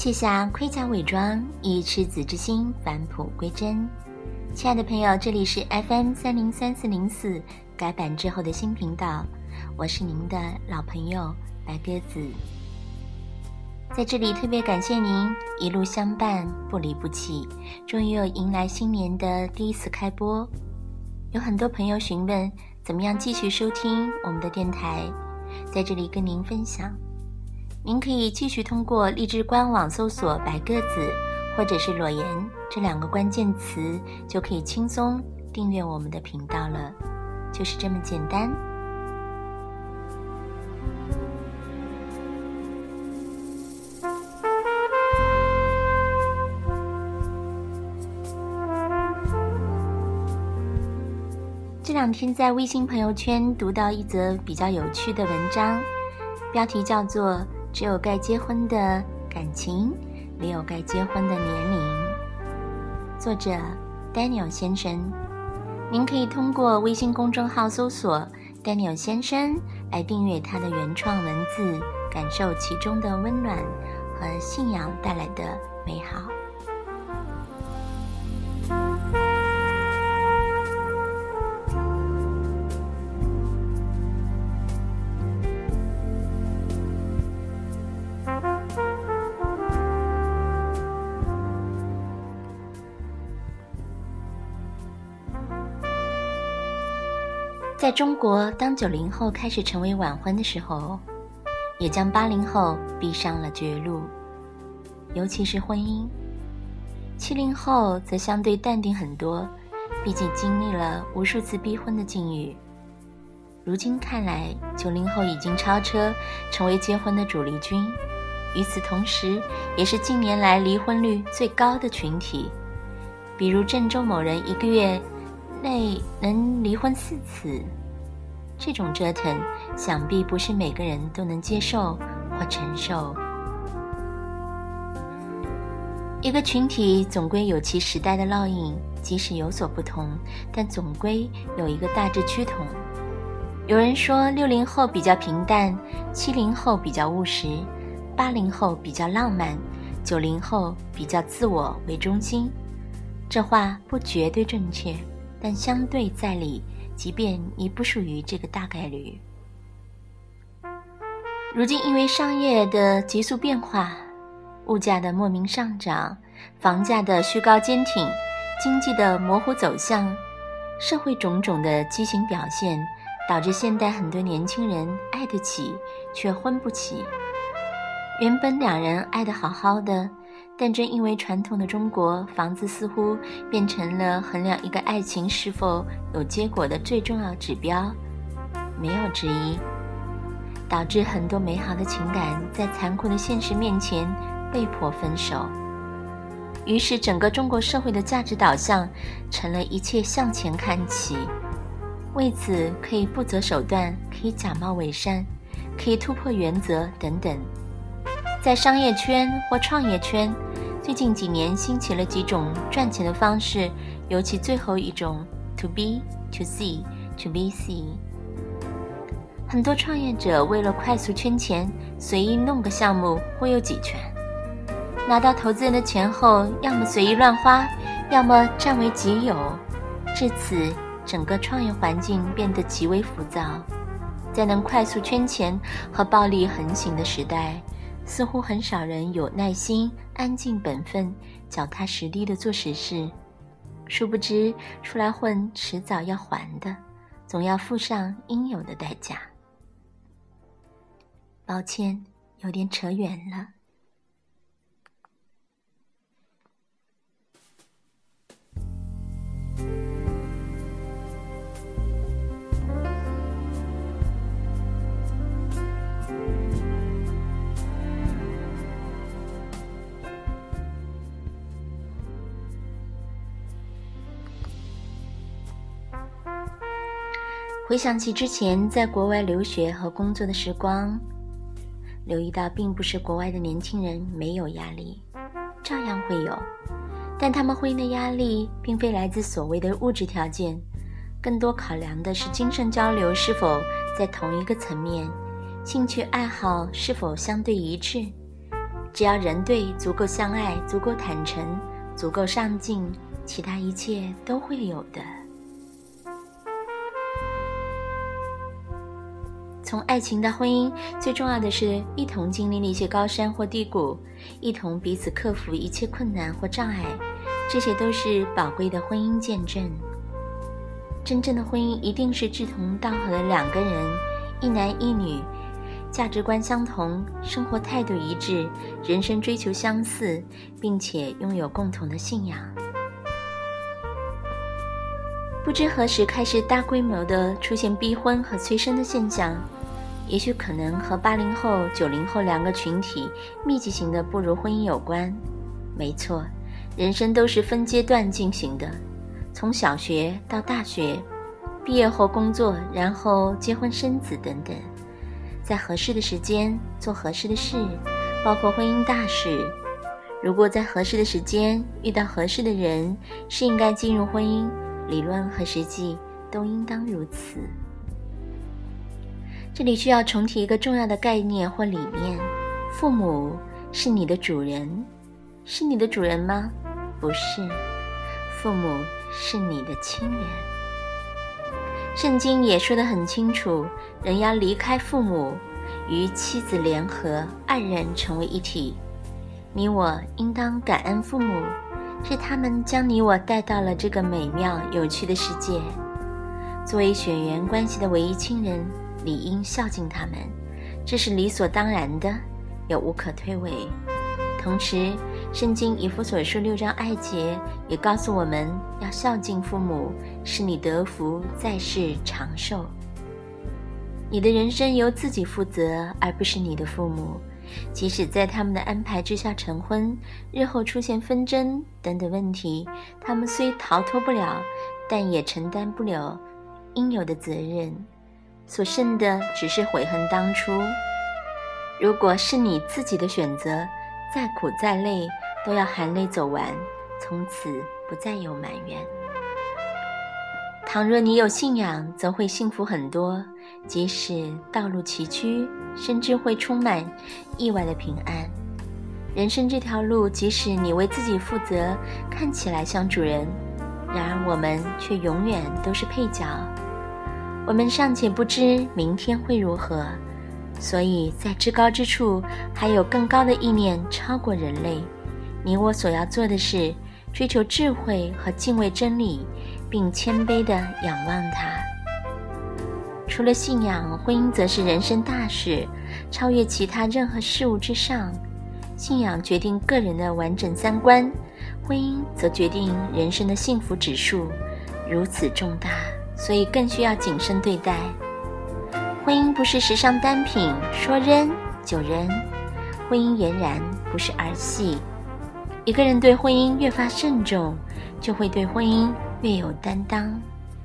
卸下盔甲伪装，以赤子之心返璞归真。亲爱的朋友，这里是 FM303404 改版之后的新频道，我是您的老朋友白鸽子。在这里特别感谢您一路相伴，不离不弃，终于又迎来新年的第一次开播。有很多朋友询问怎么样继续收听我们的电台，在这里跟您分享，您可以继续通过荔枝官网搜索白鸽子或者是裸言这2个关键词，就可以轻松订阅我们的频道了，就是这么简单。这2天在微信朋友圈读到一则比较有趣的文章，标题叫做只有该结婚的感情，没有该结婚的年龄。作者 Daniel 先生，您可以通过微信公众号搜索 Daniel 先生来订阅他的原创文字，感受其中的温暖和信仰带来的美好。在中国，当90后开始成为晚婚的时候，也将80后逼上了绝路，尤其是婚姻。70后则相对淡定很多，毕竟经历了无数次逼婚的境遇。如今看来，90后已经超车，成为结婚的主力军。与此同时，也是近年来离婚率最高的群体。比如郑州某人1个月内能离婚4次，这种折腾想必不是每个人都能接受或承受。一个群体总归有其时代的烙印，即使有所不同，但总归有一个大致趋同。有人说60后比较平淡，70后比较务实，80后比较浪漫，90后比较自我为中心。这话不绝对正确，但相对在理，即便你不属于这个大概率。如今因为商业的急速变化，物价的莫名上涨，房价的虚高坚挺，经济的模糊走向，社会种种的畸形表现，导致现代很多年轻人爱得起却婚不起。原本2人爱得好好的，但正因为传统的中国，房子似乎变成了衡量一个爱情是否有结果的最重要指标，没有之一，导致很多美好的情感在残酷的现实面前被迫分手。于是整个中国社会的价值导向成了一切向前看齐，为此可以不择手段，可以假冒伪善，可以突破原则等等。在商业圈或创业圈，最近几年兴起了几种赚钱的方式，尤其最后一种 To B, To C, To B C。 很多创业者为了快速圈钱，随意弄个项目忽悠几圈，拿到投资人的钱后，要么随意乱花，要么占为己有，至此整个创业环境变得极为浮躁。在能快速圈钱和暴力横行的时代，似乎很少人有耐心、安静本分、脚踏实地地做实事。殊不知，出来混迟早要还的，总要付上应有的代价。抱歉，有点扯远了。回想起之前在国外留学和工作的时光，留意到并不是国外的年轻人没有压力，照样会有，但他们会因的压力并非来自所谓的物质条件，更多考量的是精神交流是否在同一个层面，兴趣爱好是否相对一致。 只要人对，足够相爱，足够坦诚，足够上进，其他一切都会有的。从爱情到婚姻，最重要的是一同经历那些高山或低谷，一同彼此克服一切困难或障碍，这些都是宝贵的婚姻见证。真正的婚姻一定是志同道合的两个人，一男一女，价值观相同，生活态度一致，人生追求相似，并且拥有共同的信仰。不知何时开始大规模的出现逼婚和催生的现象，也许可能和80后、90后两个群体密集型的步入婚姻有关。没错，人生都是分阶段进行的，从小学到大学，毕业后工作，然后结婚生子等等，在合适的时间做合适的事，包括婚姻大事。如果在合适的时间遇到合适的人，是应该进入婚姻，理论和实际都应当如此。这里需要重提一个重要的概念或理念：父母是你的主人。是你的主人吗？不是，父母是你的亲人。圣经也说得很清楚，人要离开父母，与妻子联合，二人成为一体。你我应当感恩父母，是他们将你我带到了这个美妙有趣的世界。作为血缘关系的唯一亲人，理应孝敬他们，这是理所当然的，也无可推诿。同时，圣经以弗所书6章2节也告诉我们要孝敬父母，使你得福，在世长寿。你的人生由自己负责，而不是你的父母。即使在他们的安排之下成婚，日后出现纷争等等问题，他们虽逃脱不了，但也承担不了应有的责任，所剩的只是悔恨当初。如果是你自己的选择，再苦再累都要含泪走完，从此不再有埋怨。倘若你有信仰，则会幸福很多，即使道路崎岖，甚至会充满意外的平安。人生这条路，即使你为自己负责，看起来像主人，然而我们却永远都是配角。我们尚且不知明天会如何，所以在至高之处还有更高的意念超过人类。你我所要做的是追求智慧和敬畏真理，并谦卑地仰望它。除了信仰，婚姻则是人生大事，超越其他任何事物之上。信仰决定个人的完整三观，婚姻则决定人生的幸福指数，如此重大，所以更需要谨慎对待。婚姻不是时尚单品，说扔就扔，婚姻俨然不是儿戏。一个人对婚姻越发慎重，就会对婚姻越有担当。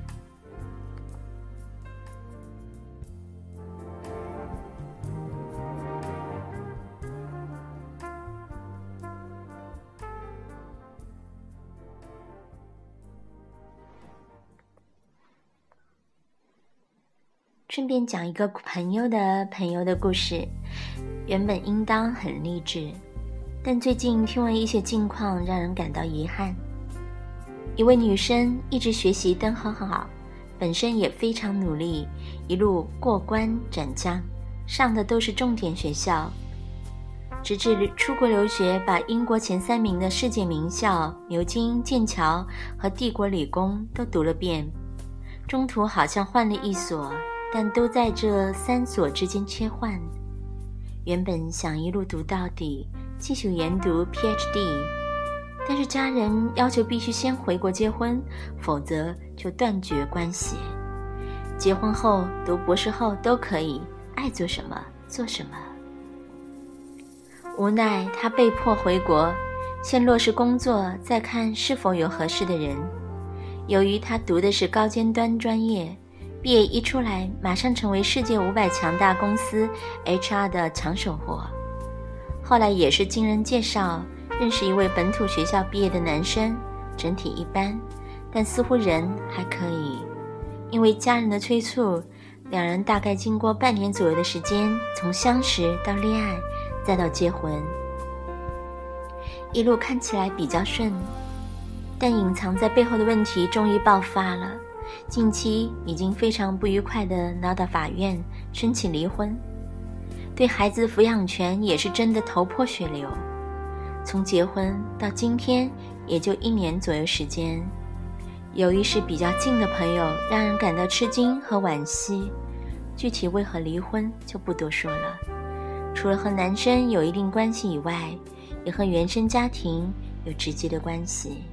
顺便讲一个朋友的故事，原本应当很励志，但最近听闻一些近况，让人感到遗憾。一位女生一直学习得很好，本身也非常努力，一路过关斩将，上的都是重点学校，直至出国留学，把英国前3名的世界名校牛津、剑桥和帝国理工都读了遍。中途好像换了一所，但都在这3所之间切换。原本想一路读到底，继续研读 PhD， 但是家人要求必须先回国结婚，否则就断绝关系。结婚后读博士后都可以，爱做什么做什么。无奈他被迫回国，先落实工作，再看是否有合适的人。由于他读的是高尖端专业，毕业一出来马上成为世界500强大公司 HR 的抢手货。后来也是经人介绍认识一位本土学校毕业的男生，整体一般，但似乎人还可以。因为家人的催促，两人大概经过半年左右的时间，从相识到恋爱再到结婚。 一路看起来比较顺，但隐藏在背后的问题终于爆发了。近期已经非常不愉快地闹到法院申请离婚，对孩子的抚养权也是真的头破血流。从结婚到今天也就1年左右时间，由于是比较近的朋友，让人感到吃惊和惋惜。具体为何离婚就不多说了，除了和男生有一定关系以外，也和原生家庭有直接的关系。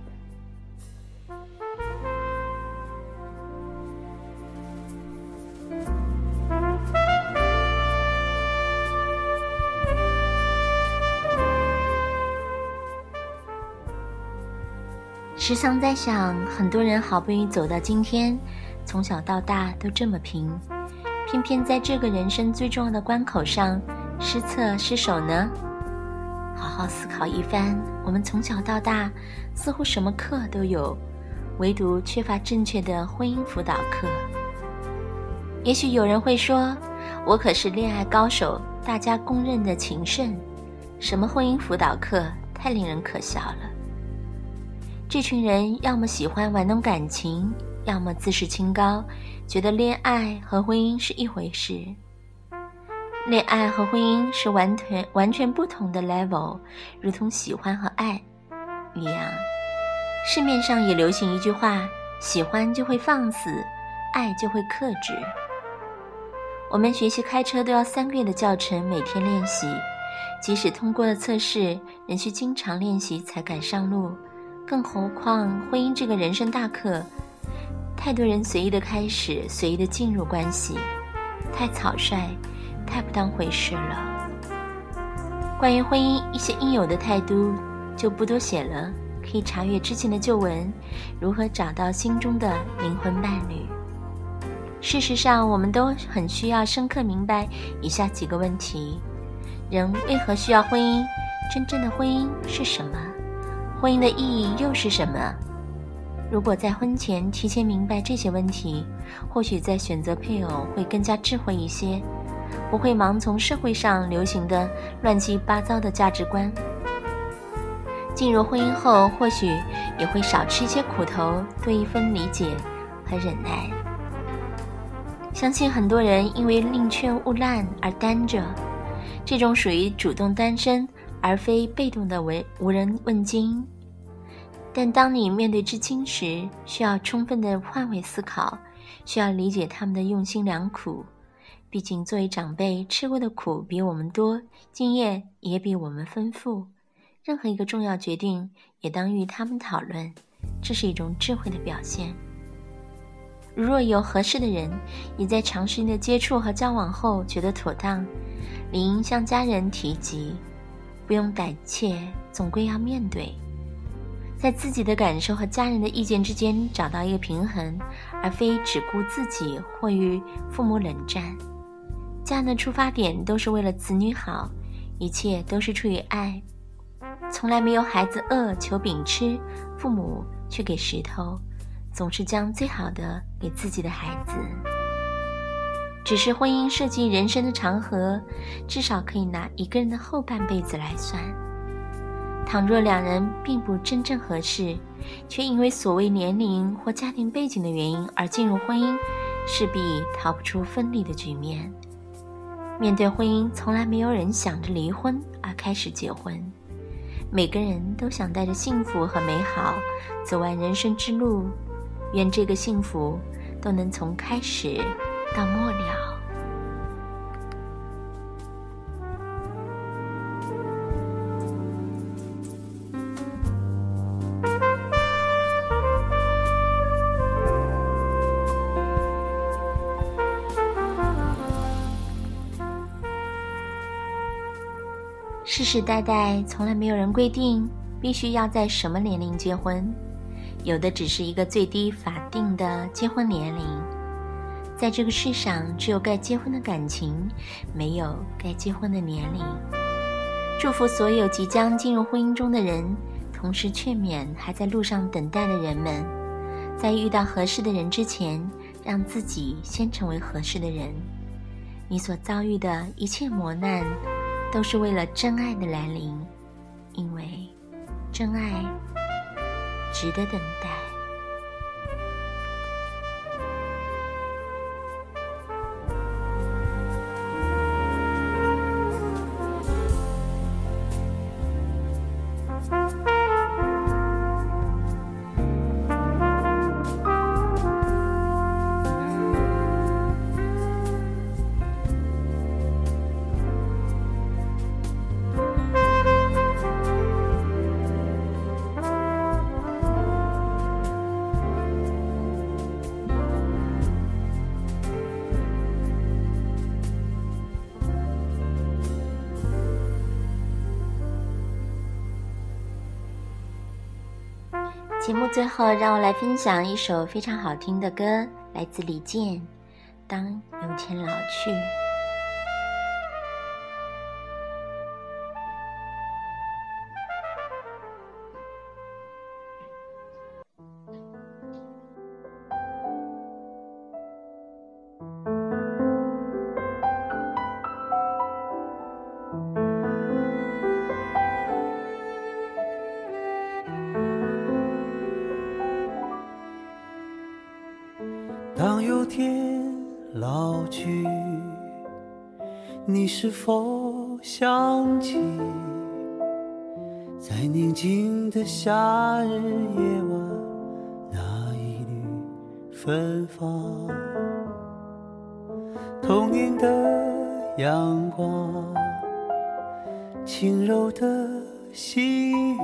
时常在想，很多人好不容易走到今天，从小到大都这么拼，偏偏在这个人生最重要的关口上失策失手呢？好好思考一番，我们从小到大似乎什么课都有，唯独缺乏正确的婚姻辅导课。也许有人会说，我可是恋爱高手，大家公认的情圣，什么婚姻辅导课，太令人可笑了。这群人要么喜欢玩弄感情，要么自视清高，觉得恋爱和婚姻是一回事。恋爱和婚姻是完全不同的 level， 如同喜欢和爱一样。市面上也流行一句话，喜欢就会放肆，爱就会克制。我们学习开车都要3个月的教程，每天练习，即使通过了测试，仍需经常练习才敢上路。更何况婚姻这个人生大课，太多人随意的开始，随意的进入关系，太草率，太不当回事了。关于婚姻一些应有的态度就不多写了，可以查阅之前的旧文，如何找到心中的灵魂伴侣。事实上，我们都很需要深刻明白以下几个问题：人为何需要婚姻？真正的婚姻是什么？婚姻的意义又是什么？如果在婚前提前明白这些问题，或许在选择配偶会更加智慧一些，不会盲从社会上流行的乱七八糟的价值观。进入婚姻后，或许也会少吃一些苦头，多一分理解和忍耐。相信很多人因为宁缺毋滥而单着，这种属于主动单身而非被动的无人问津。但当你面对至亲时，需要充分的换位思考，需要理解他们的用心良苦。毕竟作为长辈，吃过的苦比我们多，经验也比我们丰富，任何一个重要决定也当与他们讨论，这是一种智慧的表现。如若有合适的人，也在长时间的接触和交往后觉得妥当，理应向家人提及，不用胆怯，总归要面对，在自己的感受和家人的意见之间找到一个平衡，而非只顾自己或与父母冷战。家人的出发点都是为了子女好，一切都是出于爱，从来没有孩子饿求饼吃，父母却给石头，总是将最好的给自己的孩子。只是婚姻涉及人生的长河，至少可以拿一个人的后半辈子来算。倘若两人并不真正合适，却因为所谓年龄或家庭背景的原因而进入婚姻，势必逃不出分离的局面。面对婚姻，从来没有人想着离婚而开始结婚，每个人都想带着幸福和美好走完人生之路，愿这个幸福都能从开始到末了。世世代代从来没有人规定必须要在什么年龄结婚，有的只是一个最低法定的结婚年龄。在这个世上，只有该结婚的感情，没有该结婚的年龄。祝福所有即将进入婚姻中的人，同时劝勉还在路上等待的人们，在遇到合适的人之前，让自己先成为合适的人。你所遭遇的一切磨难，都是为了真爱的来临，因为真爱值得等待。节目最后，让我来分享一首非常好听的歌，来自李健，《当有天老去》。 当有天老去，你是否想起，在宁静的夏日夜晚，那一缕芬芳，童年的阳光，轻柔的细雨，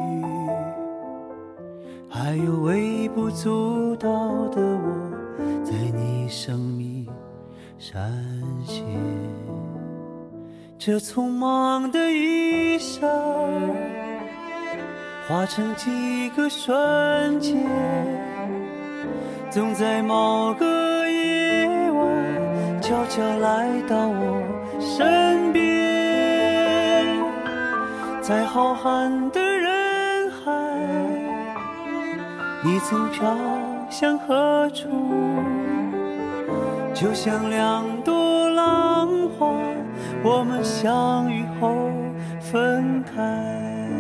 还有微不足道的我，在你生命闪现。这匆忙的一生，化成几个瞬间，总在某个夜晚悄悄来到我身边。在浩瀚的人海，你曾飘向何处？就像两朵浪花，我们相遇后分开。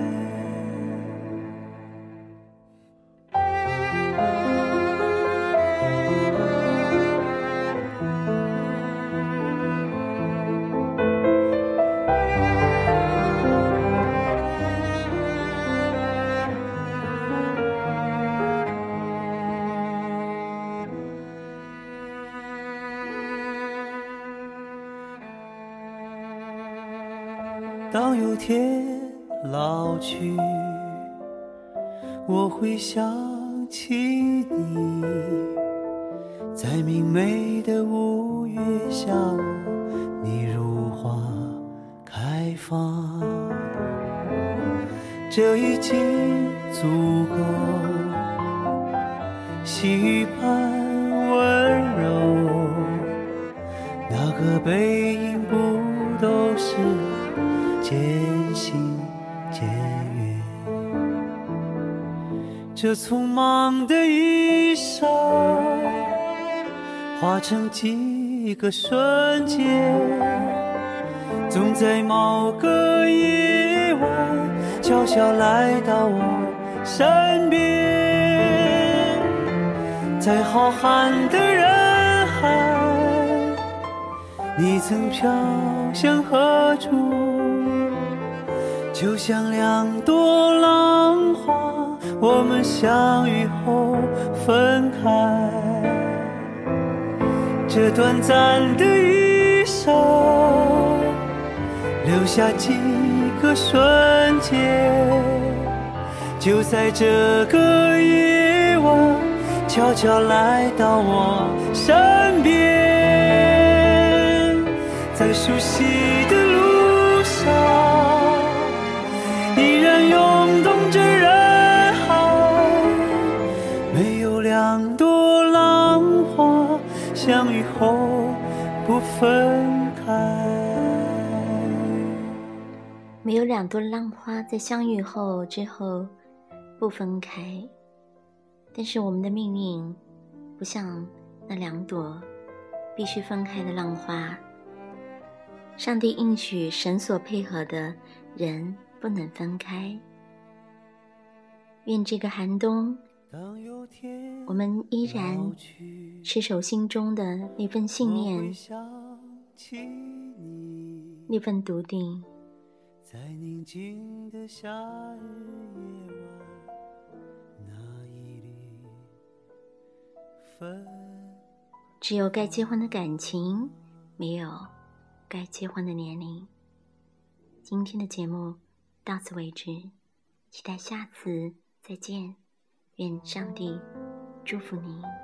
当有天老去，我会想起你，在明媚的五月下午，你如花开放，这已经足够，细雨般温柔，那个背影不都是渐行渐远？这匆忙的一生，化成几个瞬间，总在某个夜晚悄悄来到我身边。在浩瀚的人海，你曾飘向何处？就像两朵浪花，我们相遇后分开。这短暂的一生，留下几个瞬间，就在这个夜晚悄悄来到我身边。在熟悉的路上，依然涌动着人海，没有两朵浪花相遇后不分开。 没有两朵浪花在相遇后之后不分开，但是我们的命运不像那两朵必须分开的浪花。上帝应许神所配合的人不能分开， 愿这个寒冬，我们依然持守心中的那份信念，那份笃定。 在宁静的夏日夜晚，那一缕芬。 只有该结婚的感情，没有该结婚的年龄。今天的节目到此为止，期待下次再见。愿上帝祝福您。